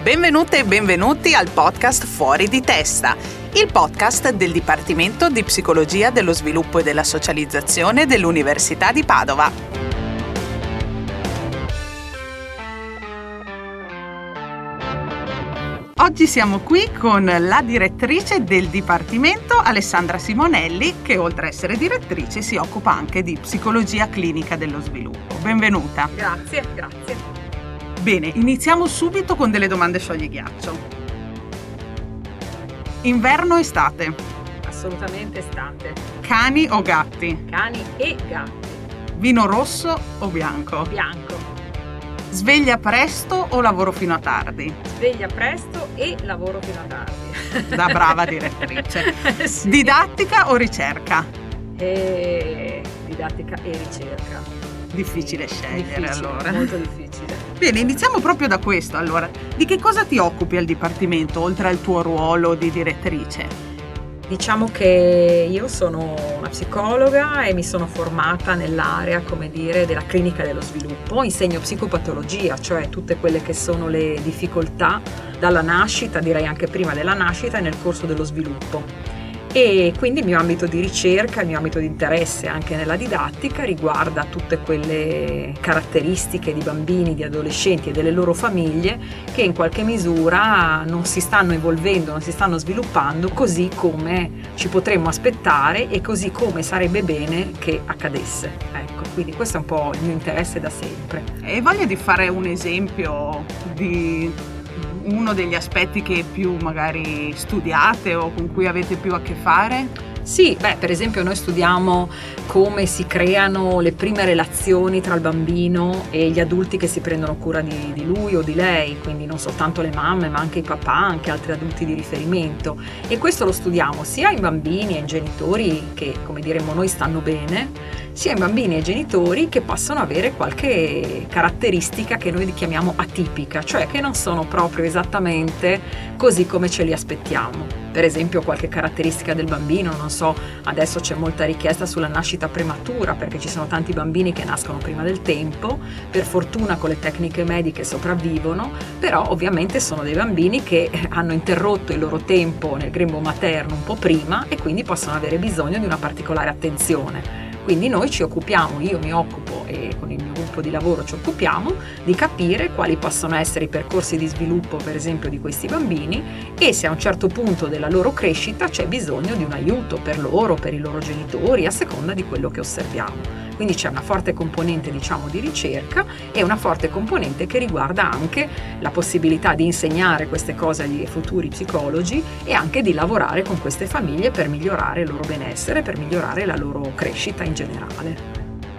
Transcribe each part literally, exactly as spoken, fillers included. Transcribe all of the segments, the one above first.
Benvenute e benvenuti al podcast Fuori di Testa, il podcast del Dipartimento di Psicologia dello Sviluppo e della Socializzazione dell'Università di Padova. Oggi siamo qui con la direttrice del Dipartimento, Alessandra Simonelli, che oltre a essere direttrice si occupa anche di psicologia clinica dello sviluppo. Benvenuta. Grazie, grazie. Bene, iniziamo subito con delle domande scioglighiaccio. Inverno o estate? Assolutamente estate. Cani o gatti? Cani e gatti. Vino rosso o bianco? Bianco. Sveglia presto o lavoro fino a tardi? Sveglia presto e lavoro fino a tardi. Da brava direttrice. Sì. Didattica o ricerca? E... Didattica e ricerca. Difficile scegliere. Difficile, allora. molto difficile. Bene, iniziamo proprio da questo. Allora, di che cosa ti occupi al Dipartimento, oltre al tuo ruolo di direttrice? Diciamo che io sono una psicologa e mi sono formata nell'area, come dire, della clinica dello sviluppo. Insegno psicopatologia, cioè tutte quelle che sono le difficoltà dalla nascita, direi anche prima della nascita e nel corso dello sviluppo. E quindi il mio ambito di ricerca, il mio ambito di interesse anche nella didattica riguarda tutte quelle caratteristiche di bambini, di adolescenti e delle loro famiglie che in qualche misura non si stanno evolvendo, non si stanno sviluppando così come ci potremmo aspettare e così come sarebbe bene che accadesse. Ecco, quindi questo è un po' il mio interesse da sempre. E voglio di fare un esempio di uno degli aspetti che più magari studiate o con cui avete più a che fare? Sì, beh, per esempio noi studiamo come si creano le prime relazioni tra il bambino e gli adulti che si prendono cura di, di lui o di lei, quindi non soltanto le mamme ma anche i papà, anche altri adulti di riferimento, e questo lo studiamo sia in bambini e in genitori che, come diremmo noi, stanno bene, sia in bambini e genitori che possono avere qualche caratteristica che noi chiamiamo atipica, cioè che non sono proprio esattamente così come ce li aspettiamo. Per esempio qualche caratteristica del bambino, non so, adesso c'è molta richiesta sulla nascita prematura perché ci sono tanti bambini che nascono prima del tempo, per fortuna con le tecniche mediche sopravvivono, però ovviamente sono dei bambini che hanno interrotto il loro tempo nel grembo materno un po' prima e quindi possono avere bisogno di una particolare attenzione. Quindi noi ci occupiamo, io mi occupo e con il mio gruppo di lavoro ci occupiamo di capire quali possono essere i percorsi di sviluppo, per esempio, di questi bambini e se a un certo punto della loro crescita c'è bisogno di un aiuto per loro, per i loro genitori, a seconda di quello che osserviamo. Quindi c'è una forte componente, diciamo, di ricerca e una forte componente che riguarda anche la possibilità di insegnare queste cose agli futuri psicologi e anche di lavorare con queste famiglie per migliorare il loro benessere, per migliorare la loro crescita in generale.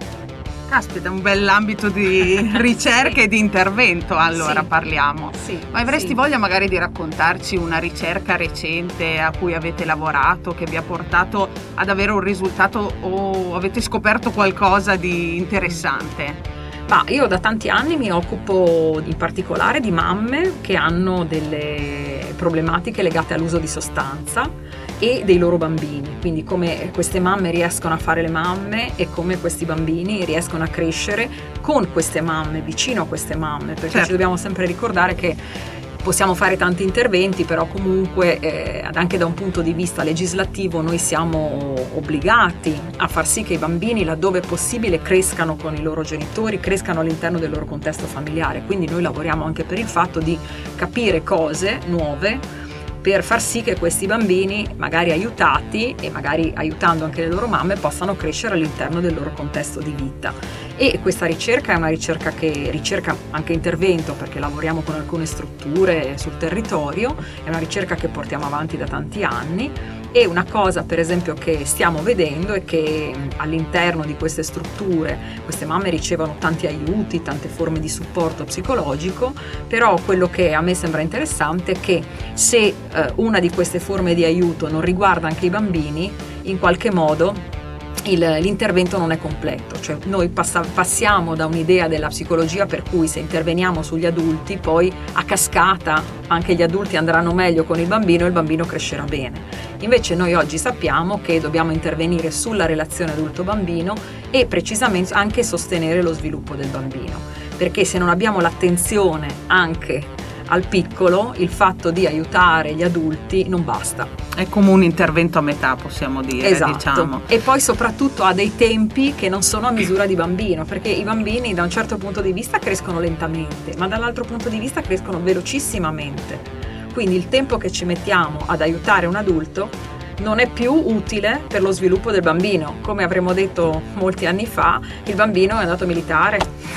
Caspita, un bell'ambito di ricerca e di intervento, allora sì. parliamo. Sì, Ma avresti sì. voglia magari di raccontarci una ricerca recente a cui avete lavorato, che vi ha portato ad avere un risultato o avete scoperto qualcosa di interessante? Ma io da tanti anni mi occupo in particolare di mamme che hanno delle problematiche legate all'uso di sostanza e dei loro bambini, quindi come queste mamme riescono a fare le mamme e come questi bambini riescono a crescere con queste mamme, vicino a queste mamme, perché certo. ci dobbiamo sempre ricordare che possiamo fare tanti interventi, però comunque eh, anche da un punto di vista legislativo noi siamo obbligati a far sì che i bambini, laddove è possibile, crescano con i loro genitori, crescano all'interno del loro contesto familiare, quindi noi lavoriamo anche per il fatto di capire cose nuove per far sì che questi bambini, magari aiutati e magari aiutando anche le loro mamme, possano crescere all'interno del loro contesto di vita. E questa ricerca è una ricerca che ricerca anche intervento, perché lavoriamo con alcune strutture sul territorio, è una ricerca che portiamo avanti da tanti anni. E una cosa, per esempio, che stiamo vedendo è che all'interno di queste strutture queste mamme ricevono tanti aiuti, tante forme di supporto psicologico, però quello che a me sembra interessante è che se eh, una di queste forme di aiuto non riguarda anche i bambini, in qualche modo Il, l'intervento non è completo, cioè noi passa, passiamo da un'idea della psicologia per cui se interveniamo sugli adulti poi a cascata anche gli adulti andranno meglio con il bambino e il bambino crescerà bene. Invece noi oggi sappiamo che dobbiamo intervenire sulla relazione adulto-bambino e precisamente anche sostenere lo sviluppo del bambino, perché se non abbiamo l'attenzione anche al piccolo il fatto di aiutare gli adulti non basta. È come un intervento a metà, possiamo dire, esatto. diciamo. E poi soprattutto ha dei tempi che non sono a misura di bambino, perché i bambini da un certo punto di vista crescono lentamente, ma dall'altro punto di vista crescono velocissimamente. Quindi il tempo che ci mettiamo ad aiutare un adulto non è più utile per lo sviluppo del bambino. Come avremmo detto molti anni fa, il bambino è andato militare.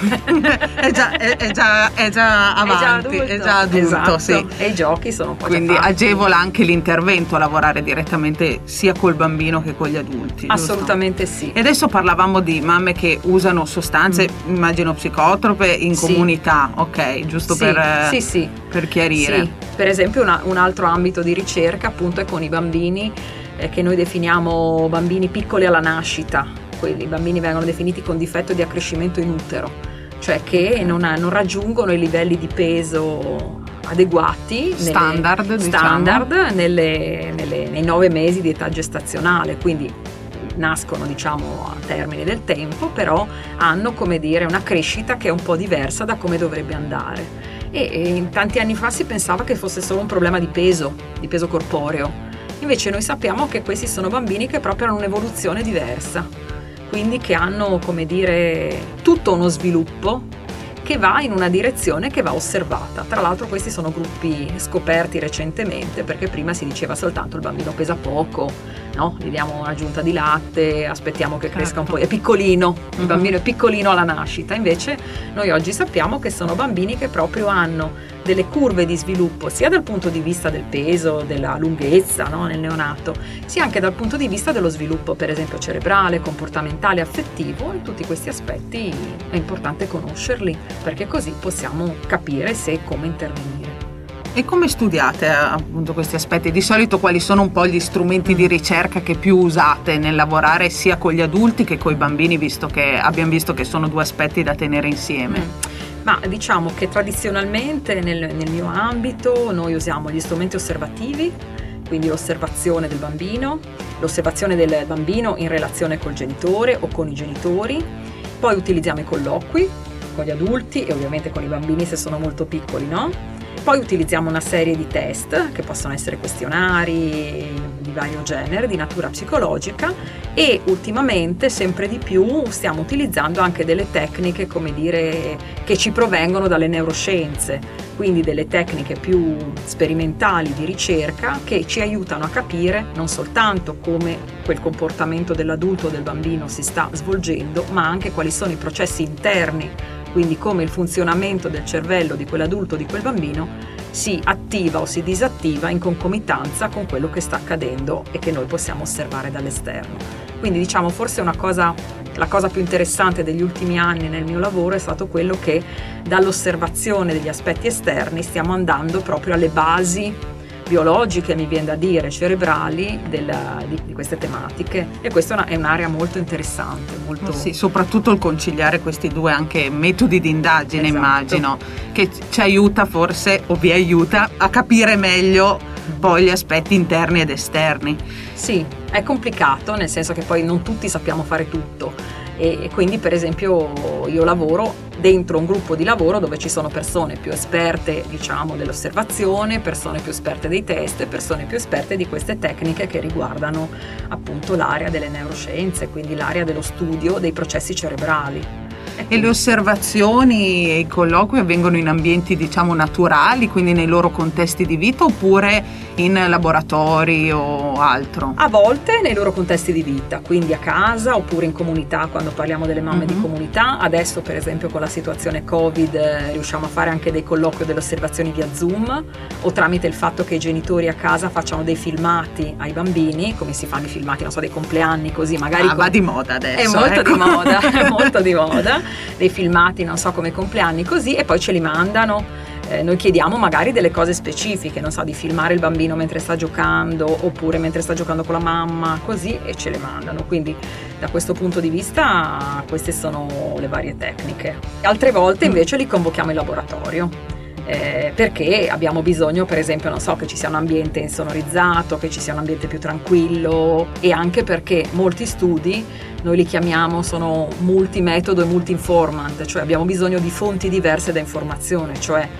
è, già, è, è, già, è già avanti, è già adulto, esatto. Sì. E i giochi sono un po' quindi già fatti. agevola anche l'intervento a lavorare direttamente sia col bambino che con gli adulti. Assolutamente giusto? Sì. E adesso parlavamo di mamme che usano sostanze, mm. immagino psicotrope in sì. comunità, ok, giusto sì, per, sì, sì. per chiarire. Sì. Per esempio una, un altro ambito di ricerca appunto è con i bambini eh, che noi definiamo bambini piccoli alla nascita. Quelli, i bambini vengono definiti con difetto di accrescimento in utero, cioè che non, non raggiungono i livelli di peso adeguati, standard, nelle, diciamo. standard nelle, nelle, nei nove mesi di età gestazionale, quindi nascono diciamo a termine del tempo, però hanno come dire una crescita che è un po' diversa da come dovrebbe andare. E in tanti anni fa si pensava che fosse solo un problema di peso, di peso corporeo. Invece noi sappiamo che questi sono bambini che proprio hanno un'evoluzione diversa, quindi che hanno, come dire, tutto uno sviluppo che va in una direzione che va osservata. Tra l'altro questi sono gruppi scoperti recentemente, perché prima si diceva soltanto il bambino pesa poco, no? Gli diamo un'aggiunta di latte, aspettiamo che cresca un po', è piccolino, il uh-huh. bambino è piccolino alla nascita. Invece noi oggi sappiamo che sono bambini che proprio hanno delle curve di sviluppo sia dal punto di vista del peso, della lunghezza, no? nel neonato, sia anche dal punto di vista dello sviluppo, per esempio cerebrale, comportamentale, affettivo. E tutti questi aspetti è importante conoscerli, perché così possiamo capire se e come intervenire. E come studiate appunto questi aspetti? Di solito quali sono un po' gli strumenti di ricerca che più usate nel lavorare sia con gli adulti che con i bambini, visto che abbiamo visto che sono due aspetti da tenere insieme? Mm. Ma diciamo che tradizionalmente nel, nel mio ambito noi usiamo gli strumenti osservativi, quindi l'osservazione del bambino, l'osservazione del bambino in relazione col genitore o con i genitori, poi utilizziamo i colloqui con gli adulti e ovviamente con i bambini se sono molto piccoli, no? Poi utilizziamo una serie di test che possono essere questionari di vario genere, di natura psicologica, e ultimamente sempre di più stiamo utilizzando anche delle tecniche, come dire, che ci provengono dalle neuroscienze, quindi delle tecniche più sperimentali di ricerca che ci aiutano a capire non soltanto come quel comportamento dell'adulto o del bambino si sta svolgendo, ma anche quali sono i processi interni, quindi come il funzionamento del cervello di quell'adulto o di quel bambino si attiva o si disattiva in concomitanza con quello che sta accadendo e che noi possiamo osservare dall'esterno. Quindi diciamo forse una cosa, la cosa più interessante degli ultimi anni nel mio lavoro è stato quello che dall'osservazione degli aspetti esterni stiamo andando proprio alle basi biologiche, mi viene da dire, cerebrali della, di, di queste tematiche, e questa è, una, è un'area molto interessante. Molto... Sì, soprattutto il conciliare questi due anche metodi di indagine, esatto. immagino, che ci aiuta forse o vi aiuta a capire meglio poi gli aspetti interni ed esterni. Sì, è complicato, nel senso che poi non tutti sappiamo fare tutto, e, e quindi per esempio io lavoro dentro un gruppo di lavoro dove ci sono persone più esperte, diciamo, dell'osservazione, persone più esperte dei test e persone più esperte di queste tecniche che riguardano appunto l'area delle neuroscienze, quindi l'area dello studio dei processi cerebrali. E le osservazioni e i colloqui avvengono in ambienti, diciamo, naturali, quindi nei loro contesti di vita, oppure in laboratori o altro? A volte nei loro contesti di vita, quindi a casa oppure in comunità, quando parliamo delle mamme uh-huh. di comunità. Adesso per esempio con la situazione Covid eh, riusciamo a fare anche dei colloqui o delle osservazioni via Zoom, o tramite il fatto che i genitori a casa facciano dei filmati ai bambini, come si fanno i filmati, non so, dei compleanni, così magari. Ah, con... va di moda adesso. È molto ecco. di moda, è molto di moda. Dei filmati, non so, come compleanni così, e poi ce li mandano. Eh, noi chiediamo magari delle cose specifiche, non so, di filmare il bambino mentre sta giocando oppure mentre sta giocando con la mamma, così, e ce le mandano. Quindi da questo punto di vista queste sono le varie tecniche. Altre volte invece li convochiamo in laboratorio. Eh, perché abbiamo bisogno, per esempio, non so, che ci sia un ambiente insonorizzato, che ci sia un ambiente più tranquillo, e anche perché molti studi noi li chiamiamo, sono multimetodo e multi-informant, cioè abbiamo bisogno di fonti diverse da informazione, cioè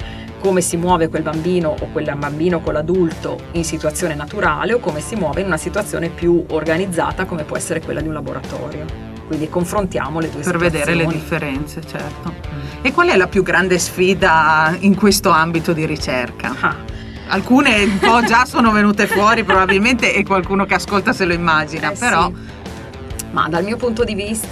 come si muove quel bambino o quel bambino con l'adulto in situazione naturale o come si muove in una situazione più organizzata come può essere quella di un laboratorio. Quindi confrontiamo le due per situazioni. vedere le differenze, certo. E qual è la più grande sfida in questo ambito di ricerca? Ah. Alcune un po' già sono venute fuori probabilmente e qualcuno che ascolta se lo immagina, eh, però... Sì. Ma dal mio punto di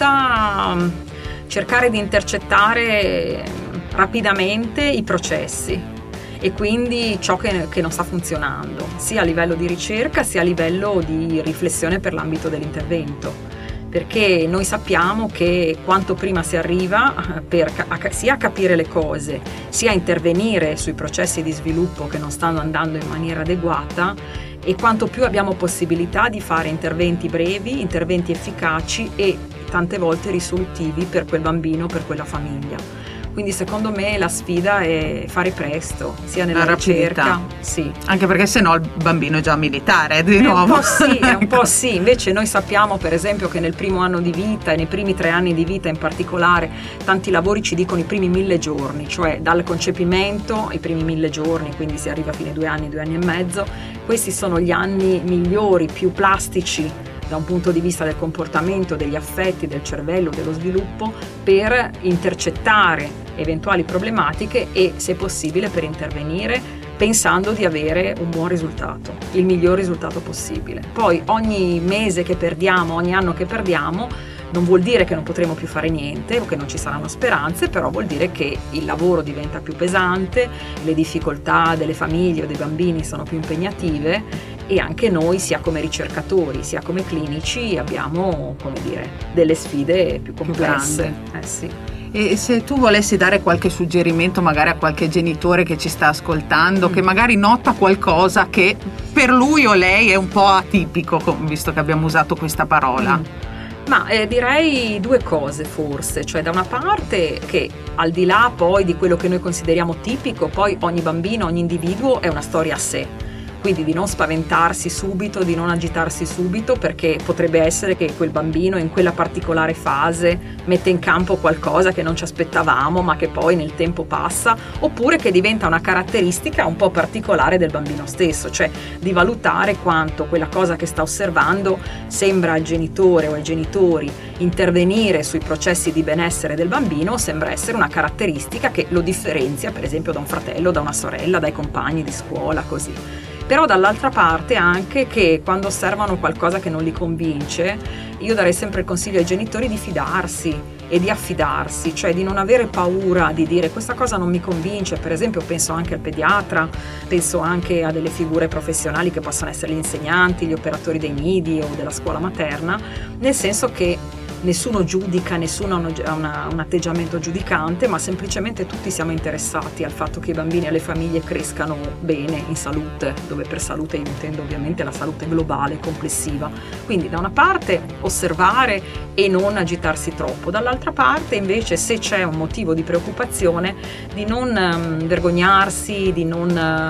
vista cercare di intercettare rapidamente i processi e quindi ciò che, che non sta funzionando, sia a livello di ricerca sia a livello di riflessione per l'ambito dell'intervento, perché noi sappiamo che quanto prima si arriva per a, sia a capire le cose, sia a intervenire sui processi di sviluppo che non stanno andando in maniera adeguata, e quanto più abbiamo possibilità di fare interventi brevi, interventi efficaci e tante volte risolutivi per quel bambino, per quella famiglia. Quindi secondo me la sfida è fare presto, sia nella la ricerca, rapidità. Sì. Anche perché sennò il bambino è già militare di è nuovo. Un po' sì, è un po' sì. Invece noi sappiamo per esempio che nel primo anno di vita e nei primi tre anni di vita in particolare tanti lavori ci dicono i primi mille giorni, cioè dal concepimento i primi mille giorni, quindi si arriva a fine due anni, due anni e mezzo. Questi sono gli anni migliori, più plastici da un punto di vista del comportamento, degli affetti, del cervello, dello sviluppo, per intercettare eventuali problematiche e, se possibile, per intervenire pensando di avere un buon risultato, il miglior risultato possibile. Poi ogni mese che perdiamo, ogni anno che perdiamo, non vuol dire che non potremo più fare niente o che non ci saranno speranze, però vuol dire che il lavoro diventa più pesante, le difficoltà delle famiglie o dei bambini sono più impegnative e anche noi, sia come ricercatori sia come clinici, abbiamo, come dire, delle sfide più complesse. Più eh sì. E se tu volessi dare qualche suggerimento magari a qualche genitore che ci sta ascoltando, mm. che magari nota qualcosa che per lui o lei è un po' atipico, visto che abbiamo usato questa parola. Mm. Ma eh, direi due cose forse, cioè da una parte che al di là poi di quello che noi consideriamo tipico, poi ogni bambino, ogni individuo è una storia a sé. Quindi di non spaventarsi subito, di non agitarsi subito, perché potrebbe essere che quel bambino in quella particolare fase mette in campo qualcosa che non ci aspettavamo ma che poi nel tempo passa, oppure che diventa una caratteristica un po' particolare del bambino stesso, cioè di valutare quanto quella cosa che sta osservando sembra al genitore o ai genitori intervenire sui processi di benessere del bambino, sembra essere una caratteristica che lo differenzia per esempio da un fratello, da una sorella, dai compagni di scuola, così. Però dall'altra parte anche che quando osservano qualcosa che non li convince, io darei sempre il consiglio ai genitori di fidarsi e di affidarsi, cioè di non avere paura di dire questa cosa non mi convince. Per esempio penso anche al pediatra, penso anche a delle figure professionali che possono essere gli insegnanti, gli operatori dei nidi o della scuola materna, nel senso che nessuno giudica, nessuno ha una, un atteggiamento giudicante, ma semplicemente tutti siamo interessati al fatto che i bambini e le famiglie crescano bene, in salute, dove per salute io intendo ovviamente la salute globale, complessiva. Quindi da una parte osservare e non agitarsi troppo, dall'altra parte invece se c'è un motivo di preoccupazione di non um, vergognarsi, di non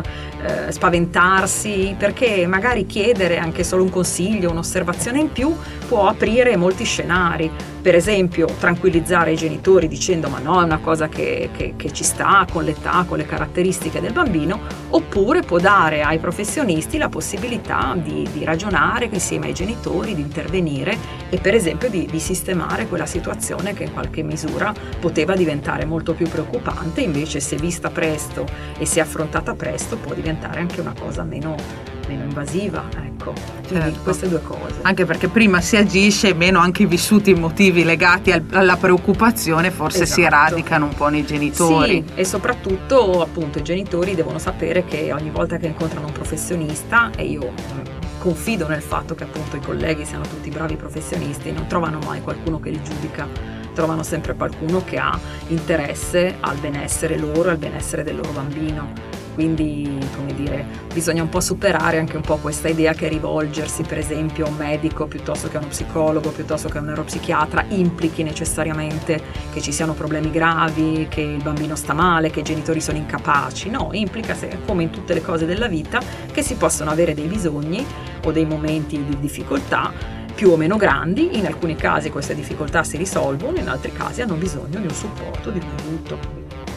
uh, spaventarsi, perché magari chiedere anche solo un consiglio, un'osservazione in più può aprire molti scenari. Per esempio tranquillizzare i genitori dicendo ma no, è una cosa che, che, che ci sta con l'età, con le caratteristiche del bambino, oppure può dare ai professionisti la possibilità di, di ragionare insieme ai genitori, di intervenire e per esempio di, di sistemare quella situazione che in qualche misura poteva diventare molto più preoccupante, invece se vista presto e se affrontata presto può diventare anche una cosa meno, meno invasiva, ecco. Quindi certo. Queste due cose. Anche perché prima si agisce, meno anche i vissuti emotivi legati al, alla preoccupazione forse esatto. si radicano un po' nei genitori. Sì, e soprattutto appunto i genitori devono sapere che ogni volta che incontrano un professionista, e io mh, confido nel fatto che appunto i colleghi siano tutti bravi professionisti, non trovano mai qualcuno che li giudica, trovano sempre qualcuno che ha interesse al benessere loro e al benessere del loro bambino. Quindi, come dire, bisogna un po' superare anche un po' questa idea che rivolgersi per esempio a un medico piuttosto che a uno psicologo, piuttosto che a un neuropsichiatra, implichi necessariamente che ci siano problemi gravi, che il bambino sta male, che i genitori sono incapaci. No, implica, come in tutte le cose della vita, che si possono avere dei bisogni o dei momenti di difficoltà più o meno grandi. In alcuni casi queste difficoltà si risolvono, in altri casi hanno bisogno di un supporto, di un aiuto.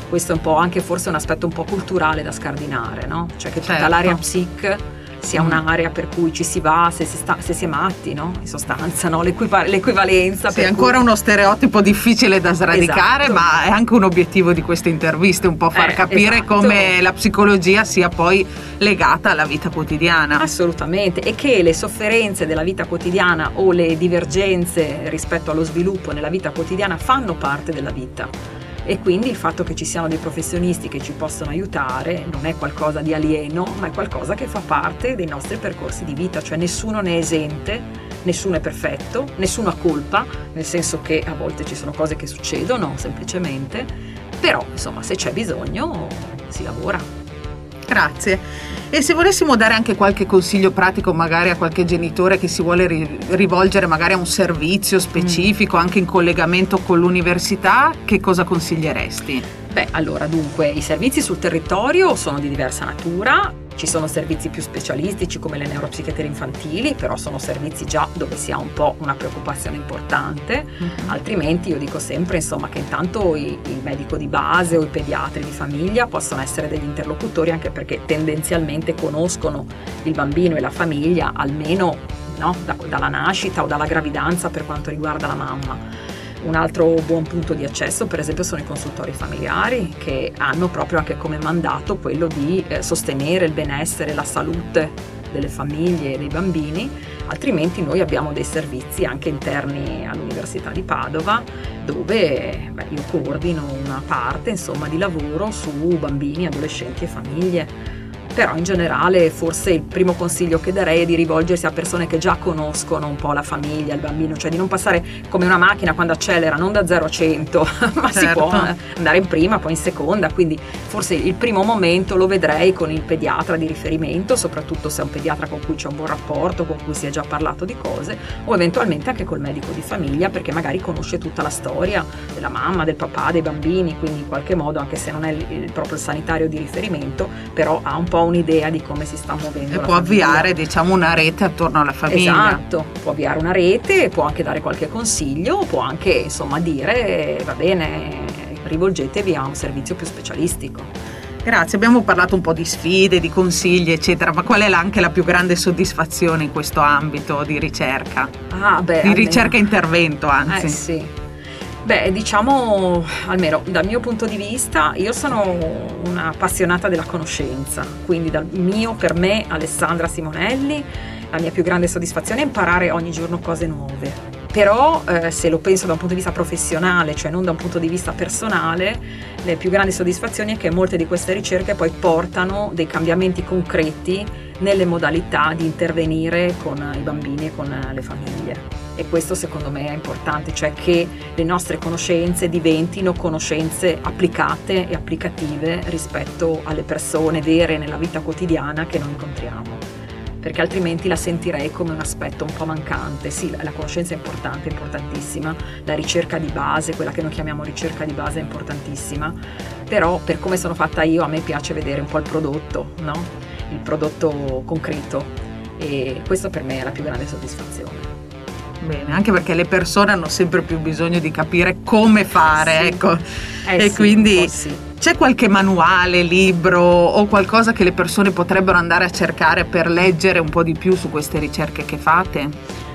Questo è un po' anche forse un aspetto un po' culturale da scardinare, no? Cioè che tutta certo. l'area psic sia un'area per cui ci si va se si, sta, se si è matti, no? In sostanza, no? L'equiva- l'equivalenza. Sì, è ancora cui... uno stereotipo difficile da sradicare, esatto. ma è anche un obiettivo di queste interviste, un po' far eh, capire esatto. come la psicologia sia poi legata alla vita quotidiana. Assolutamente, e che le sofferenze della vita quotidiana o le divergenze rispetto allo sviluppo nella vita quotidiana fanno parte della vita. E quindi il fatto che ci siano dei professionisti che ci possono aiutare non è qualcosa di alieno, ma è qualcosa che fa parte dei nostri percorsi di vita, cioè nessuno ne è esente, nessuno è perfetto, nessuno ha colpa, nel senso che a volte ci sono cose che succedono semplicemente, però insomma se c'è bisogno si lavora. Grazie. E se volessimo dare anche qualche consiglio pratico magari a qualche genitore che si vuole ri- rivolgere magari a un servizio specifico, mm. anche in collegamento con l'università, che cosa consiglieresti? Beh, allora dunque i servizi sul territorio sono di diversa natura. Ci sono servizi più specialistici come le neuropsichiatrie infantili, però sono servizi già dove si ha un po' una preoccupazione importante, mm-hmm. altrimenti io dico sempre insomma che intanto il medico di base o i pediatri di famiglia possono essere degli interlocutori, anche perché tendenzialmente conoscono il bambino e la famiglia almeno no, da, dalla nascita o dalla gravidanza per quanto riguarda la mamma. Un altro buon punto di accesso per esempio sono i consultori familiari, che hanno proprio anche come mandato quello di eh, sostenere il benessere e la salute delle famiglie e dei bambini. Altrimenti noi abbiamo dei servizi anche interni all'Università di Padova dove beh, io coordino una parte insomma di lavoro su bambini, adolescenti e famiglie. Però in generale forse il primo consiglio che darei è di rivolgersi a persone che già conoscono un po' la famiglia, il bambino, cioè di non passare come una macchina quando accelera, non da zero a cento, ma certo. si può andare in prima, poi in seconda, quindi forse il primo momento lo vedrei con il pediatra di riferimento, soprattutto se è un pediatra con cui c'è un buon rapporto, con cui si è già parlato di cose, o eventualmente anche col medico di famiglia, perché magari conosce tutta la storia della mamma, del papà, dei bambini, quindi in qualche modo, anche se non è il, il, proprio il sanitario di riferimento, però ha un po' un'idea di come si sta muovendo e la può famiglia. Avviare diciamo una rete attorno alla famiglia. Esatto, può avviare una rete, può anche dare qualche consiglio, può anche insomma dire va bene, rivolgetevi a un servizio più specialistico. Grazie, abbiamo parlato un po' di sfide, di consigli eccetera, ma qual è anche la più grande soddisfazione in questo ambito di ricerca? Ah, beh, di almeno. ricerca e intervento anzi. Eh sì. Beh, diciamo, almeno dal mio punto di vista, io sono una appassionata della conoscenza, quindi dal mio, per me, Alessandra Simonelli, la mia più grande soddisfazione è imparare ogni giorno cose nuove. Però eh, se lo penso da un punto di vista professionale, cioè non da un punto di vista personale, le più grandi soddisfazioni è che molte di queste ricerche poi portano dei cambiamenti concreti nelle modalità di intervenire con i bambini e con le famiglie. E questo secondo me è importante, cioè che le nostre conoscenze diventino conoscenze applicate e applicative rispetto alle persone vere nella vita quotidiana che noi incontriamo, perché altrimenti la sentirei come un aspetto un po' mancante. Sì, la conoscenza è importante, è importantissima, la ricerca di base, quella che noi chiamiamo ricerca di base è importantissima, però per come sono fatta io a me piace vedere un po' il prodotto, no? Il prodotto concreto, e questo per me è la più grande soddisfazione. Bene, anche perché le persone hanno sempre più bisogno di capire come fare, sì. ecco. Eh e sì, quindi sì. C'è qualche manuale, libro o qualcosa che le persone potrebbero andare a cercare per leggere un po' di più su queste ricerche che fate?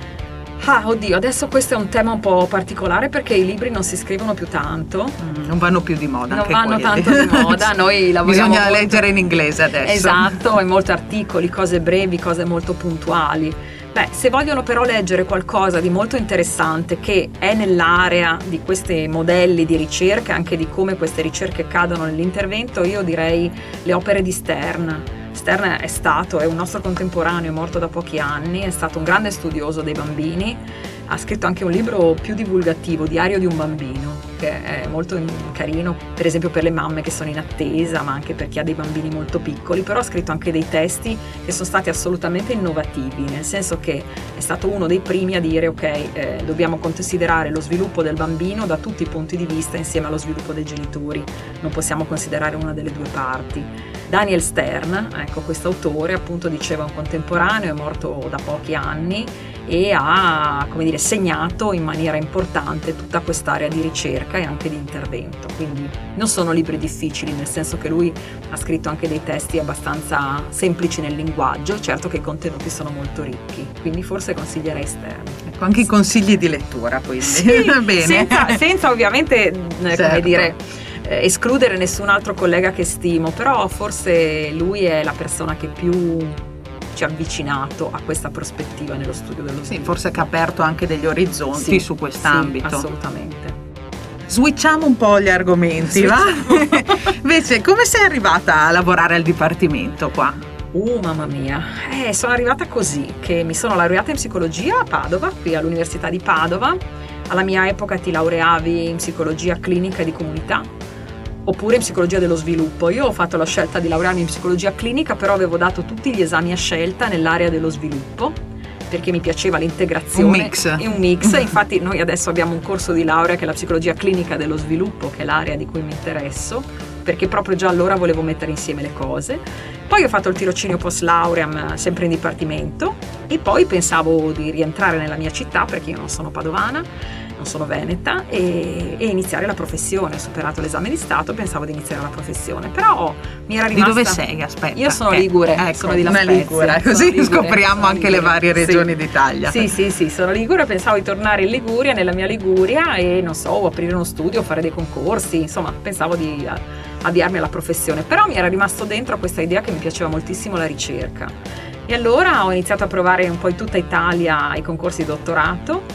Ah, oddio, adesso questo è un tema un po' particolare perché i libri non si scrivono più tanto. Mm, non vanno più di moda. Non anche vanno quelli. tanto di moda, noi lavoriamo Bisogna molto... leggere in inglese adesso. Esatto, e molti articoli, cose brevi, cose molto puntuali. Beh, se vogliono però leggere qualcosa di molto interessante che è nell'area di questi modelli di ricerca, anche di come queste ricerche cadono nell'intervento, io direi le opere di Stern. Stern è stato, è un nostro contemporaneo, è morto da pochi anni, è stato un grande studioso dei bambini, ha scritto anche un libro più divulgativo, Diario di un bambino, che è molto carino, per esempio per le mamme che sono in attesa, ma anche per chi ha dei bambini molto piccoli, però ha scritto anche dei testi che sono stati assolutamente innovativi, nel senso che è stato uno dei primi a dire ok, eh, dobbiamo considerare lo sviluppo del bambino da tutti i punti di vista insieme allo sviluppo dei genitori, non possiamo considerare una delle due parti. Daniel Stern, ecco, questo autore appunto diceva un contemporaneo, è morto da pochi anni e ha, come dire, segnato in maniera importante tutta quest'area di ricerca e anche di intervento. Quindi non sono libri difficili, nel senso che lui ha scritto anche dei testi abbastanza semplici nel linguaggio, certo che i contenuti sono molto ricchi, quindi forse consiglierei Stern. Ecco, anche i consigli di lettura, quindi. Sì, bene. Senza, senza ovviamente, certo. come dire, eh, escludere nessun altro collega che stimo, però forse lui è la persona che più ci ha avvicinato a questa prospettiva nello studio dello sviluppo. Sì, forse che ha aperto anche degli orizzonti sì, su quest'ambito. Sì, assolutamente. Switchiamo un po' gli argomenti, va? Invece, come sei arrivata a lavorare al dipartimento qua? Uh, mamma mia, eh, sono arrivata così, che mi sono laureata in psicologia a Padova, qui all'Università di Padova. Alla mia epoca ti laureavi in psicologia clinica e di comunità, oppure in psicologia dello sviluppo. Io ho fatto la scelta di laurearmi in psicologia clinica, però avevo dato tutti gli esami a scelta nell'area dello sviluppo, perché mi piaceva l'integrazione. Un mix. È un mix, infatti noi adesso abbiamo un corso di laurea che è la psicologia clinica dello sviluppo, che è l'area di cui mi interesso, perché proprio già allora volevo mettere insieme le cose. Poi ho fatto il tirocinio post lauream sempre in dipartimento e poi pensavo di rientrare nella mia città, perché io non sono padovana, non sono veneta, e, e iniziare la professione. Ho superato l'esame di Stato, pensavo di iniziare la professione, però mi era rimasta... Di dove sei? Aspetta. Io sono eh, ligure, ecco, sono di La Spezia, ligure, così ligure, scopriamo anche ligure. Le varie regioni sì. d'Italia. Sì, sì, sì, sono ligure, pensavo di tornare in Liguria, nella mia Liguria, e non so, aprire uno studio, fare dei concorsi, insomma, pensavo di avviarmi alla professione, però mi era rimasto dentro questa idea che mi piaceva moltissimo la ricerca. E allora ho iniziato a provare un po' in tutta Italia i concorsi di dottorato,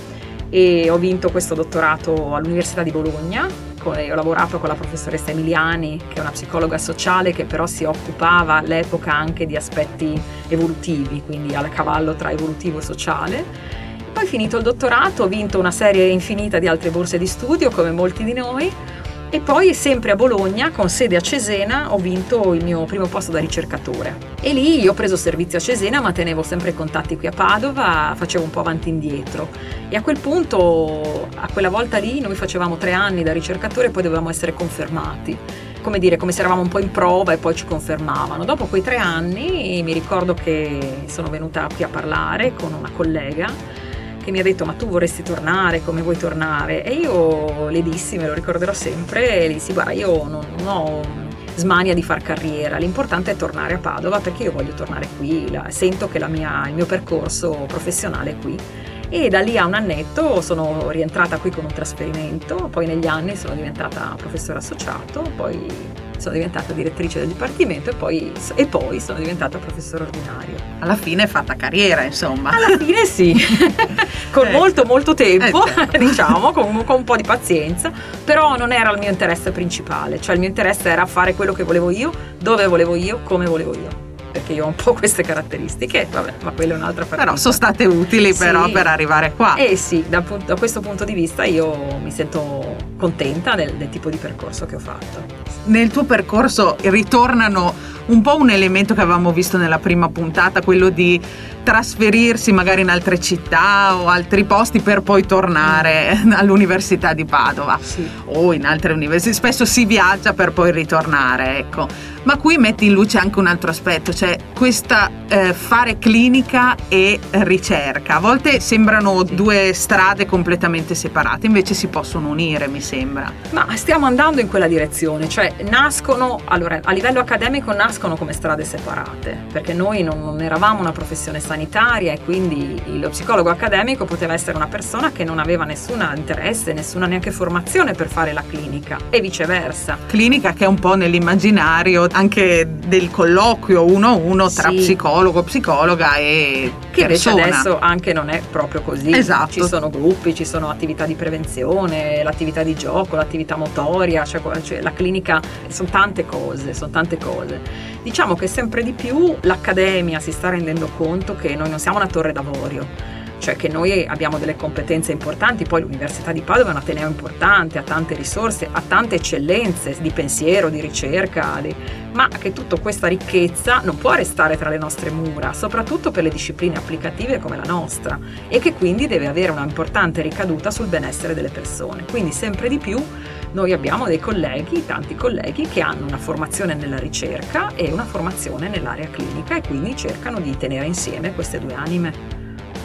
e ho vinto questo dottorato all'Università di Bologna. Ho lavorato con la professoressa Emiliani, che è una psicologa sociale che però si occupava all'epoca anche di aspetti evolutivi, quindi a cavallo tra evolutivo e sociale. Poi, finito il dottorato, ho vinto una serie infinita di altre borse di studio, come molti di noi, e poi sempre a Bologna, con sede a Cesena, ho vinto il mio primo posto da ricercatore. E lì io ho preso servizio a Cesena, ma tenevo sempre contatti qui a Padova, facevo un po' avanti e indietro. E a quel punto, a quella volta lì, noi facevamo tre anni da ricercatore e poi dovevamo essere confermati. Come dire, come se eravamo un po' in prova e poi ci confermavano. Dopo quei tre anni mi ricordo che sono venuta qui a parlare con una collega che mi ha detto: ma tu vorresti tornare, come vuoi tornare? E io le dissi, me lo ricorderò sempre, e le dissi: guarda, io non, non ho smania di far carriera, l'importante è tornare a Padova, perché io voglio tornare qui, la, sento che la mia, il mio percorso professionale è qui. E da lì a un annetto sono rientrata qui con un trasferimento, poi negli anni sono diventata professore associato, poi sono diventata direttrice del dipartimento e poi, e poi sono diventata professore ordinario. Alla fine è fatta carriera, insomma. Alla fine sì, con eh, molto molto tempo, eh, certo. diciamo, con, con un po' di pazienza, però non era il mio interesse principale, cioè il mio interesse era fare quello che volevo io, dove volevo io, come volevo io. Perché io ho un po' queste caratteristiche, vabbè, ma quella è un'altra partita. Però sono state utili sì. però per arrivare qua. Eh sì, da, da questo punto di vista io mi sento contenta del, del tipo di percorso che ho fatto. Nel tuo percorso ritornano un po' un elemento che avevamo visto nella prima puntata, quello di trasferirsi magari in altre città o altri posti per poi tornare mm. all'Università di Padova sì. o in altre università. Spesso si viaggia per poi ritornare, ecco. Ma qui metti in luce anche un altro aspetto, cioè questa eh, fare clinica e ricerca. A volte sembrano sì. due strade completamente separate, invece si possono unire, mi sembra. Ma stiamo andando in quella direzione, cioè nascono, allora a livello accademico nascono come strade separate, perché noi non, non eravamo una professione sanitaria e quindi lo psicologo accademico poteva essere una persona che non aveva nessun interesse, nessuna neanche formazione per fare la clinica e viceversa. Clinica che è un po' nell'immaginario anche del colloquio uno a uno tra sì. psicologo, psicologa e che persona. Invece adesso anche non è proprio così. Esatto. Ci sono gruppi, ci sono attività di prevenzione, l'attività di gioco, l'attività motoria, cioè, cioè la clinica, sono tante cose, sono tante cose. Diciamo che sempre di più l'accademia si sta rendendo conto che noi non siamo una torre d'avorio, cioè che noi abbiamo delle competenze importanti, poi l'Università di Padova è un ateneo importante, ha tante risorse, ha tante eccellenze di pensiero, di ricerca, di... ma che tutta questa ricchezza non può restare tra le nostre mura, soprattutto per le discipline applicative come la nostra, e che quindi deve avere una importante ricaduta sul benessere delle persone. Quindi sempre di più noi abbiamo dei colleghi, tanti colleghi, che hanno una formazione nella ricerca e una formazione nell'area clinica e quindi cercano di tenere insieme queste due anime.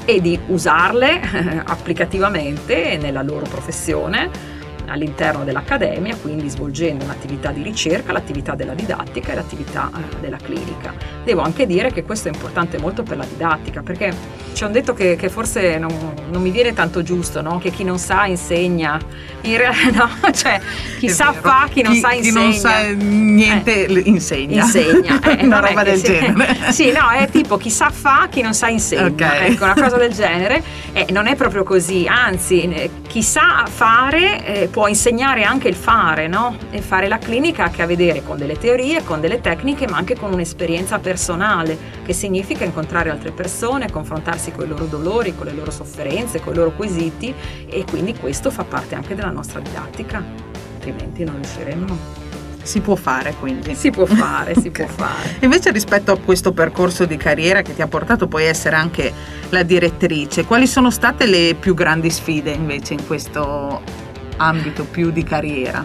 e di usarle eh, applicativamente nella loro professione all'interno dell'accademia, quindi svolgendo un'attività di ricerca, l'attività della didattica e l'attività eh, della clinica. Devo anche dire che questo è importante molto per la didattica, perché c'è un detto che, che forse non, non mi viene tanto giusto, no? Che chi non sa insegna. In realtà no, cioè chi è sa vero. fa, chi non chi, sa chi insegna. Chi non sa niente eh, insegna. Insegna, eh, una roba del sì, genere. Sì, no, è tipo chi sa fa, chi non sa insegna. Okay. Ecco, una cosa del genere. Eh, non è proprio così, anzi, chi sa fare eh, può insegnare anche il fare, no? E fare la clinica ha a che vedere con delle teorie, con delle tecniche, ma anche con un'esperienza personale, che significa incontrare altre persone, confrontarsi con i loro dolori, con le loro sofferenze, con i loro quesiti, e quindi questo fa parte anche della nostra didattica, altrimenti non riusciremmo. Si può fare, quindi. Si può fare, si può fare. Invece, rispetto a questo percorso di carriera che ti ha portato poi a essere anche la direttrice, quali sono state le più grandi sfide invece in questo ambito più di carriera?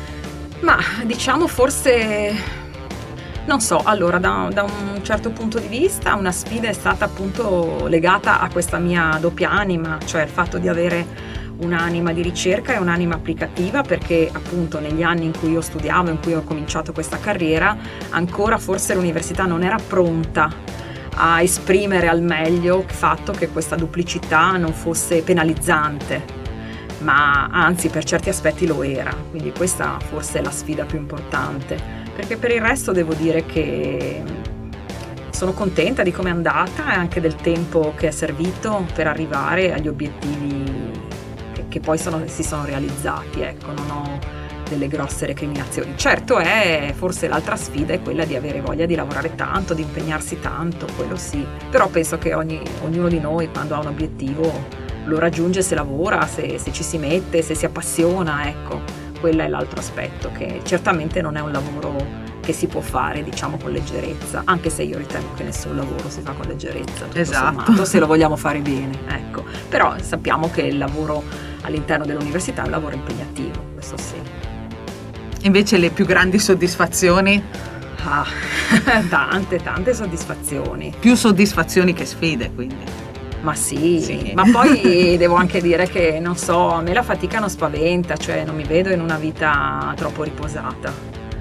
Ma diciamo forse, non so, allora da, da un certo punto di vista una sfida è stata appunto legata a questa mia doppia anima, cioè il fatto di avere un'anima di ricerca e un'anima applicativa, perché appunto negli anni in cui io studiavo, in cui ho cominciato questa carriera, ancora forse l'università non era pronta a esprimere al meglio il fatto che questa duplicità non fosse penalizzante, ma anzi per certi aspetti lo era, quindi questa forse è la sfida più importante, perché per il resto devo dire che sono contenta di come è andata e anche del tempo che è servito per arrivare agli obiettivi che, che poi sono, si sono realizzati, ecco, non ho delle grosse recriminazioni. Certo è, forse l'altra sfida è quella di avere voglia di lavorare tanto, di impegnarsi tanto, quello sì, però penso che ogni, ognuno di noi quando ha un obiettivo lo raggiunge se lavora, se, se ci si mette, se si appassiona, ecco, quello è l'altro aspetto, che certamente non è un lavoro che si può fare, diciamo, con leggerezza, anche se io ritengo che nessun lavoro si fa con leggerezza, tutto esatto, sommato, se lo vogliamo fare bene, ecco. Però sappiamo che il lavoro all'interno dell'università è un lavoro impegnativo, questo sì. Invece le più grandi soddisfazioni? Ah, tante, tante soddisfazioni. Più soddisfazioni che sfide, quindi. Ma sì, sì, ma poi devo anche dire che, non so, a me la fatica non spaventa, cioè non mi vedo in una vita troppo riposata.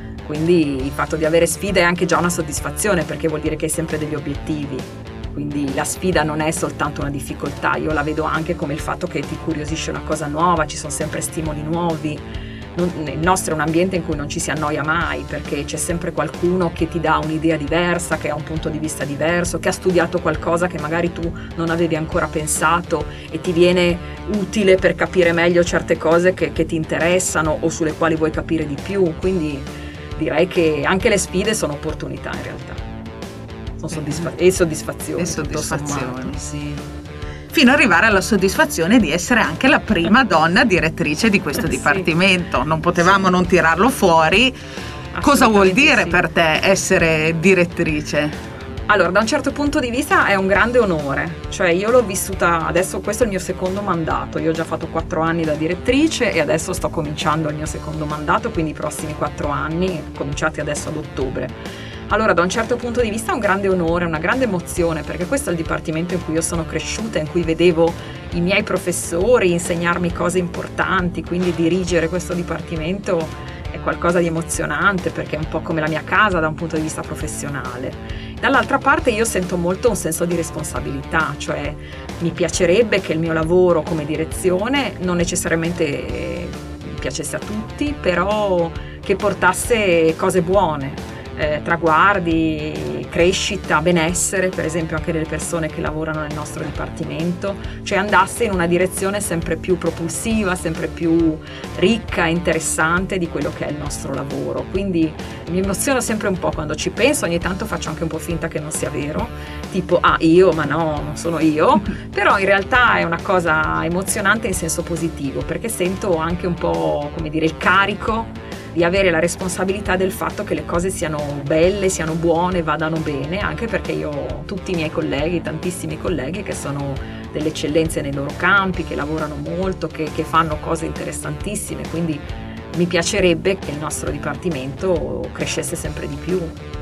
Quindi il fatto di avere sfide è anche già una soddisfazione, perché vuol dire che hai sempre degli obiettivi. Quindi la sfida non è soltanto una difficoltà, io la vedo anche come il fatto che ti incuriosisce una cosa nuova, ci sono sempre stimoli nuovi. Non, il nostro è un ambiente in cui non ci si annoia mai, perché c'è sempre qualcuno che ti dà un'idea diversa, che ha un punto di vista diverso, che ha studiato qualcosa che magari tu non avevi ancora pensato e ti viene utile per capire meglio certe cose che, che ti interessano o sulle quali vuoi capire di più. Quindi direi che anche le sfide sono opportunità in realtà, sono soddisfa- e soddisfazioni, e soddisfazioni, sì. Fino ad arrivare alla soddisfazione di essere anche la prima donna direttrice di questo sì. dipartimento. Non potevamo sì. non tirarlo fuori. Cosa vuol dire sì. per te essere direttrice? Allora, da un certo punto di vista è un grande onore, cioè io l'ho vissuta, adesso questo è il mio secondo mandato, io ho già fatto quattro anni da direttrice e adesso sto cominciando il mio secondo mandato, quindi i prossimi quattro anni, cominciati adesso ad ottobre. Allora, da un certo punto di vista è un grande onore, una grande emozione, perché questo è il dipartimento in cui io sono cresciuta, in cui vedevo i miei professori insegnarmi cose importanti, quindi dirigere questo dipartimento è qualcosa di emozionante, perché è un po' come la mia casa da un punto di vista professionale. Dall'altra parte io sento molto un senso di responsabilità, cioè mi piacerebbe che il mio lavoro come direzione non necessariamente piacesse a tutti, però che portasse cose buone. Eh, traguardi, crescita, benessere, per esempio anche delle persone che lavorano nel nostro dipartimento, cioè andasse in una direzione sempre più propulsiva, sempre più ricca, interessante di quello che è il nostro lavoro. Quindi mi emoziono sempre un po' quando ci penso, ogni tanto faccio anche un po' finta che non sia vero, tipo ah io, ma no, non sono io, però in realtà è una cosa emozionante in senso positivo, perché sento anche un po', come dire, il carico di avere la responsabilità del fatto che le cose siano belle, siano buone, vadano bene, anche perché io ho tutti i miei colleghi, tantissimi colleghi che sono delle eccellenze nei loro campi, che lavorano molto, che, che fanno cose interessantissime, quindi mi piacerebbe che il nostro dipartimento crescesse sempre di più.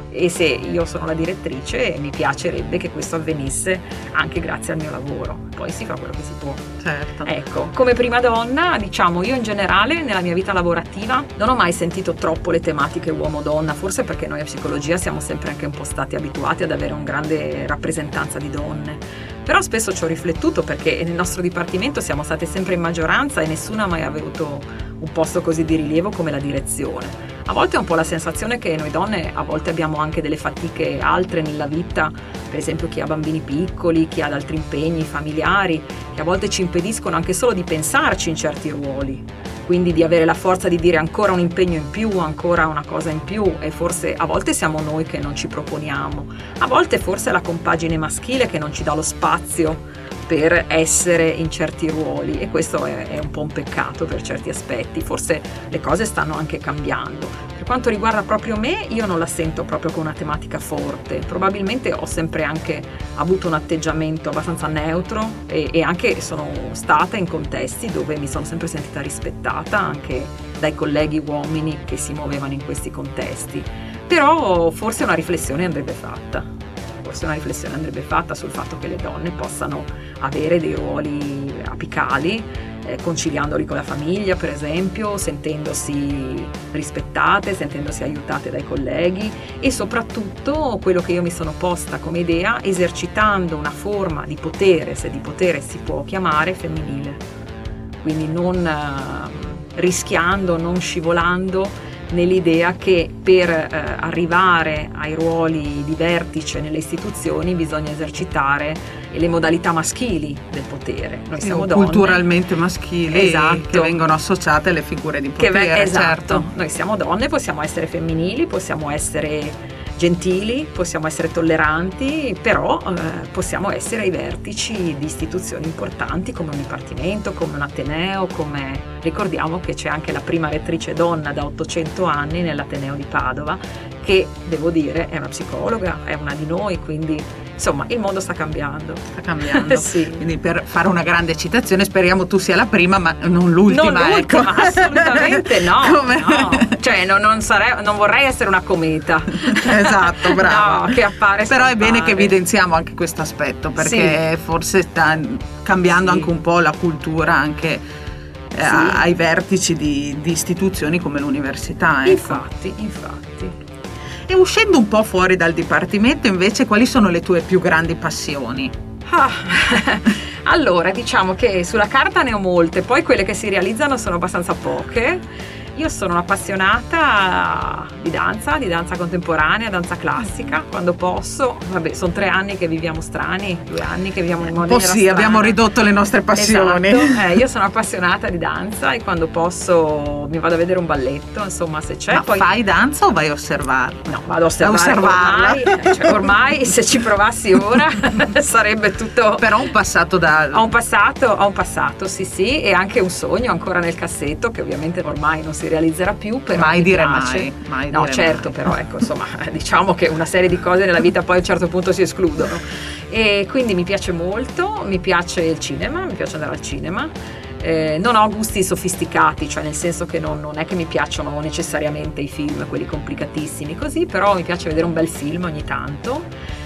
e se io sono la direttrice mi piacerebbe che questo avvenisse anche grazie al mio lavoro. Poi si fa quello che si può. Certo. Ecco, come prima donna, diciamo, io in generale nella mia vita lavorativa non ho mai sentito troppo le tematiche uomo-donna, forse perché noi a psicologia siamo sempre anche un po' stati abituati ad avere una grande rappresentanza di donne. Però spesso ci ho riflettuto perché nel nostro dipartimento siamo state sempre in maggioranza e nessuno ha mai avuto un posto così di rilievo come la direzione. A volte ho un po' la sensazione che noi donne a volte abbiamo anche delle fatiche altre nella vita, per esempio chi ha bambini piccoli, chi ha altri impegni familiari, che a volte ci impediscono anche solo di pensarci in certi ruoli. Quindi di avere la forza di dire ancora un impegno in più, ancora una cosa in più, e forse a volte siamo noi che non ci proponiamo, a volte forse è la compagine maschile che non ci dà lo spazio per essere in certi ruoli, e questo è, è un po' un peccato per certi aspetti. Forse le cose stanno anche cambiando. Per quanto riguarda proprio me, io non la sento proprio con una tematica forte, probabilmente ho sempre anche avuto un atteggiamento abbastanza neutro e, e anche sono stata in contesti dove mi sono sempre sentita rispettata anche dai colleghi uomini che si muovevano in questi contesti. Però forse una riflessione andrebbe fatta. Forse una riflessione andrebbe fatta sul fatto che le donne possano avere dei ruoli apicali, eh, conciliandoli con la famiglia, per esempio, sentendosi rispettate, sentendosi aiutate dai colleghi, e soprattutto quello che io mi sono posta come idea, esercitando una forma di potere, se di potere si può chiamare, femminile. Quindi non eh, rischiando, non scivolando nell'idea che per eh, arrivare ai ruoli di vertice nelle istituzioni bisogna esercitare le modalità maschili del potere. Noi siamo donne, culturalmente maschili, esatto, che vengono associate alle figure di potere. Che, esatto, certo. Noi siamo donne, possiamo essere femminili, possiamo essere gentili, possiamo essere tolleranti, però eh, possiamo essere ai vertici di istituzioni importanti come un dipartimento, come un ateneo, come ricordiamo che c'è anche la prima rettrice donna da ottocento anni nell'Ateneo di Padova, che devo dire è una psicologa, è una di noi, quindi insomma il mondo sta cambiando. Sta cambiando. Sì. Quindi per fare una grande citazione, speriamo tu sia la prima, ma non l'ultima. Non l'ultima, ecco. Assolutamente no. Come? no. Cioè non, non, sarei, non vorrei essere una cometa. Esatto, brava. No, che appare Però è bene scompare. che evidenziamo anche questo aspetto, perché sì, forse sta cambiando sì. anche un po' la cultura anche eh, sì. ai vertici di, di istituzioni come l'università. Ecco. Infatti, infatti. E uscendo un po' fuori dal dipartimento, invece, quali sono le tue più grandi passioni? Ah, allora, diciamo che sulla carta ne ho molte, poi quelle che si realizzano sono abbastanza poche. Io sono un'appassionata di danza, di danza contemporanea, danza classica, quando posso. Vabbè, sono tre anni che viviamo strani, due anni che viviamo in modo oh sì, abbiamo ridotto le nostre passioni. Esatto. Eh, io sono appassionata di danza e quando posso mi vado a vedere un balletto, insomma, se c'è. Ma poi fai danza o vai a osservarla? No, vado a osservare. osservarla. Ormai, cioè, ormai se ci provassi ora sarebbe tutto. Però un passato da. Ho un passato, ho un passato, sì, sì, e anche un sogno ancora nel cassetto che ovviamente ormai non si realizzerà più, però mai mi dire piace. mai, mai no dire certo mai. Però ecco, insomma, diciamo che una serie di cose nella vita poi a un certo punto si escludono, e quindi mi piace molto, mi piace il cinema, mi piace andare al cinema. Eh, non ho gusti sofisticati, cioè nel senso che non, non è che mi piacciono necessariamente i film, quelli complicatissimi così, però mi piace vedere un bel film ogni tanto.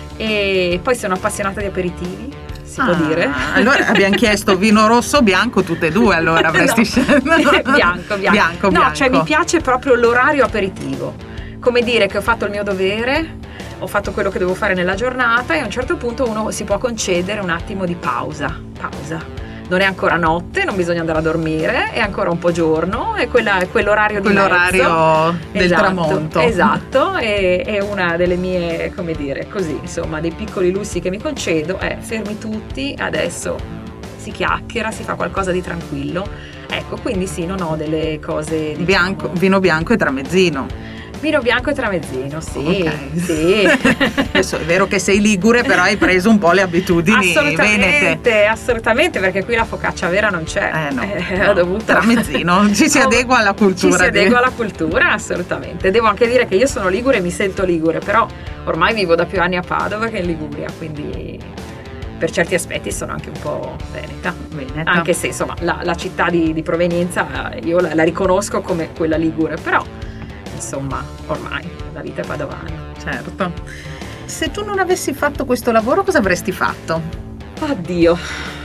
E poi sono appassionata di aperitivi, si ah, può dire. Allora abbiamo chiesto vino rosso o bianco tutte e due, allora avresti no. scelto bianco, bianco. bianco No, bianco. cioè mi piace proprio l'orario aperitivo, come dire che ho fatto il mio dovere, ho fatto quello che devo fare nella giornata e a un certo punto uno si può concedere un attimo di pausa, pausa. Non è ancora notte, non bisogna andare a dormire, è ancora un po' giorno, è, quella, è quell'orario di quell'orario mezzo. del esatto, tramonto. Esatto, è, è una delle mie, come dire, così, insomma, dei piccoli lussi che mi concedo, è fermi tutti, adesso si chiacchiera, si fa qualcosa di tranquillo. Ecco, quindi sì, non ho delle cose, diciamo, bianco, vino bianco e tramezzino. Vino bianco e tramezzino, sì, okay. sì. Adesso è vero che sei ligure, però hai preso un po' le abitudini assolutamente, venete. Assolutamente, perché qui la focaccia vera non c'è. Eh no, eh, no. Ho dovuto... Tramezzino, ci si adegua alla cultura. Ci si adegua alla cultura, assolutamente. Devo anche dire che io sono ligure e mi sento ligure, però ormai vivo da più anni a Padova che in Liguria, quindi per certi aspetti sono anche un po' veneta, veneta. Anche se insomma la, la città di, di provenienza io la, la riconosco come quella ligure, però insomma ormai la vita è padovana. certo. Se tu non avessi fatto questo lavoro, cosa avresti fatto? Oddio,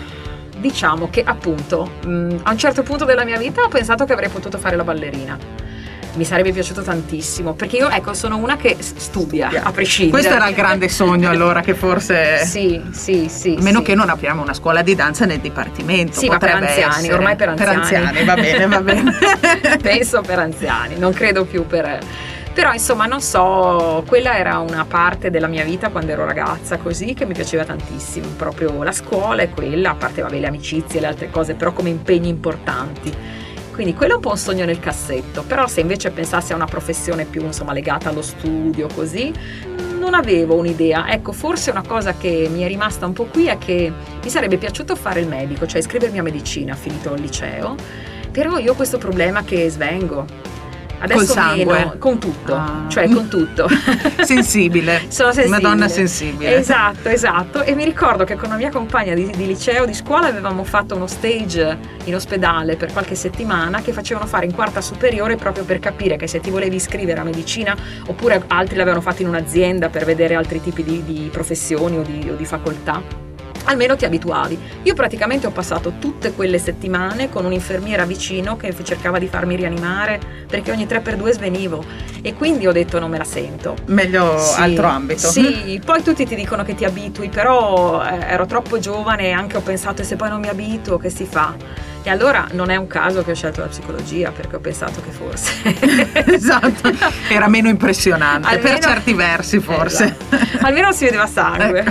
diciamo che appunto mh, a un certo punto della mia vita ho pensato che avrei potuto fare la ballerina. Mi sarebbe piaciuto tantissimo, perché io, ecco, sono una che studia, studia. a prescindere. Questo era il grande sogno, allora, che forse sì, sì, sì. A meno sì. che non apriamo una scuola di danza nel dipartimento. Sì, ma per anziani, essere. ormai per anziani. Per anziani, va bene, va bene. Penso per anziani, non credo più per... Però insomma, non so, quella era una parte della mia vita quando ero ragazza, così, che mi piaceva tantissimo. Proprio la scuola è quella, a parte vabbè, le amicizie e le altre cose, però come impegni importanti. Quindi quello è un po' un sogno nel cassetto. Però se invece pensassi a una professione più, insomma, legata allo studio, così, non avevo un'idea. Ecco, forse una cosa che mi è rimasta un po' qui è che mi sarebbe piaciuto fare il medico, cioè iscrivermi a medicina, finito il liceo. Però io ho questo problema che svengo. Adesso meno, con tutto, ah. cioè con tutto. Sensibile. Sono sensibile. Una donna sensibile. Esatto, esatto. E mi ricordo che con una mia compagna di, di liceo, di scuola, avevamo fatto uno stage in ospedale per qualche settimana che facevano fare in quarta superiore, proprio per capire che se ti volevi iscrivere a medicina, oppure altri l'avevano fatto in un'azienda per vedere altri tipi di, di professioni o di, o di facoltà, almeno ti abituavi. Io praticamente ho passato tutte quelle settimane con un'infermiera vicino che cercava di farmi rianimare, perché ogni tre per due svenivo, e quindi ho detto non me la sento. Meglio sì, altro ambito. Sì, poi tutti ti dicono che ti abitui, però eh, ero troppo giovane e anche ho pensato, e se poi non mi abituo che si fa? E allora non è un caso che ho scelto la psicologia, perché ho pensato che forse esatto, era meno impressionante. Almeno, per certi versi forse esatto. Almeno si vedeva sangue.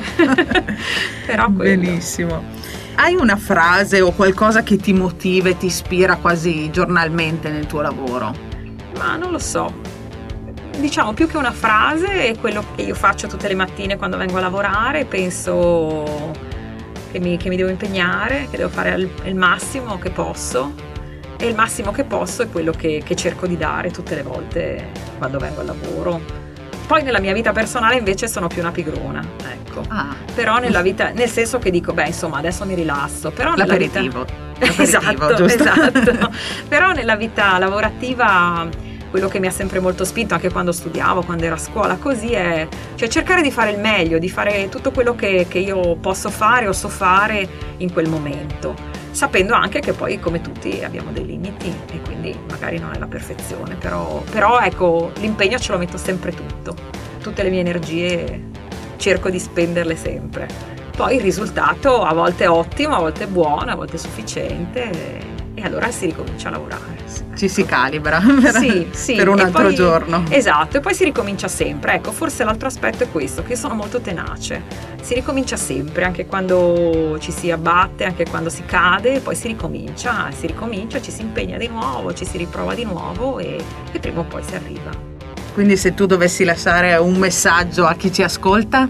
Però quello. Benissimo. Hai una frase o qualcosa che ti motiva e ti ispira quasi giornalmente nel tuo lavoro? Ma non lo so, diciamo più che una frase è quello che io faccio tutte le mattine quando vengo a lavorare. Penso che mi, che mi devo impegnare, che devo fare il, il massimo che posso, e il massimo che posso è quello che, che cerco di dare tutte le volte quando vengo al lavoro. Poi nella mia vita personale invece sono più una pigrona, ecco. Ah. Però nella vita, nel senso che dico, beh, insomma, adesso mi rilasso, però nella l'aperitivo. Vita... L'aperitivo, esatto, esatto. Però nella vita lavorativa quello che mi ha sempre molto spinto, anche quando studiavo, quando ero a scuola, così è, cioè, cercare di fare il meglio, di fare tutto quello che, che io posso fare o so fare in quel momento, sapendo anche che poi, come tutti, abbiamo dei limiti e quindi magari non è la perfezione, però, però ecco, l'impegno ce lo metto sempre tutto, tutte le mie energie cerco di spenderle sempre. Poi il risultato a volte è ottimo, a volte è buono, a volte è sufficiente, e, e allora si ricomincia a lavorare. Ci si calibra per, sì, sì. per un e altro poi, giorno. Esatto, e poi si ricomincia sempre. Ecco, forse l'altro aspetto è questo, che io sono molto tenace. Si ricomincia sempre, anche quando ci si abbatte, anche quando si cade, poi si ricomincia, si ricomincia, ci si impegna di nuovo, ci si riprova di nuovo e, e prima o poi si arriva. Quindi se tu dovessi lasciare un messaggio a chi ci ascolta?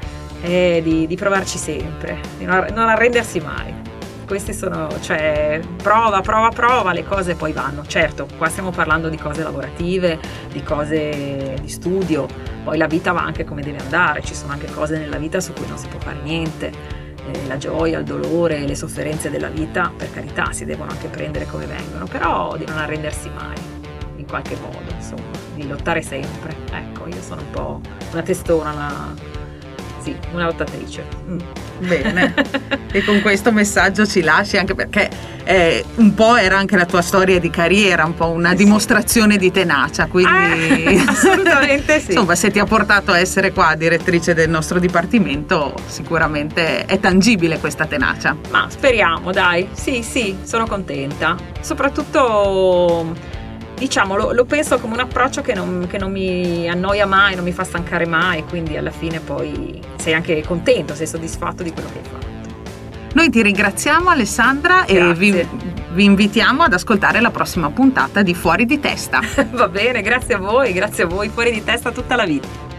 È di, di provarci sempre, di non, non arrendersi mai. Questi sono, cioè, prova, prova, prova, le cose poi vanno. Certo, qua stiamo parlando di cose lavorative, di cose di studio, poi la vita va anche come deve andare, ci sono anche cose nella vita su cui non si può fare niente, eh, la gioia, il dolore, le sofferenze della vita, per carità, si devono anche prendere come vengono, però di non arrendersi mai, in qualche modo, insomma, di lottare sempre. Ecco, io sono un po' una testona, una... Sì, una lottatrice. Mm. Bene, e con questo messaggio ci lasci, anche perché eh, un po' era anche la tua storia di carriera, un po' una dimostrazione di tenacia, quindi ah, assolutamente sì. Insomma, se ti ha portato a essere qua direttrice del nostro dipartimento, sicuramente è tangibile questa tenacia. Ma speriamo, dai, sì, sì, sono contenta. Soprattutto, diciamo, lo, lo penso come un approccio che non, che non mi annoia mai, non mi fa stancare mai, quindi alla fine poi sei anche contento, sei soddisfatto di quello che hai fatto. Noi ti ringraziamo, Alessandra. Grazie. E vi, vi invitiamo ad ascoltare la prossima puntata di Fuori di Testa. Va bene, grazie a voi, grazie a voi, Fuori di Testa tutta la vita.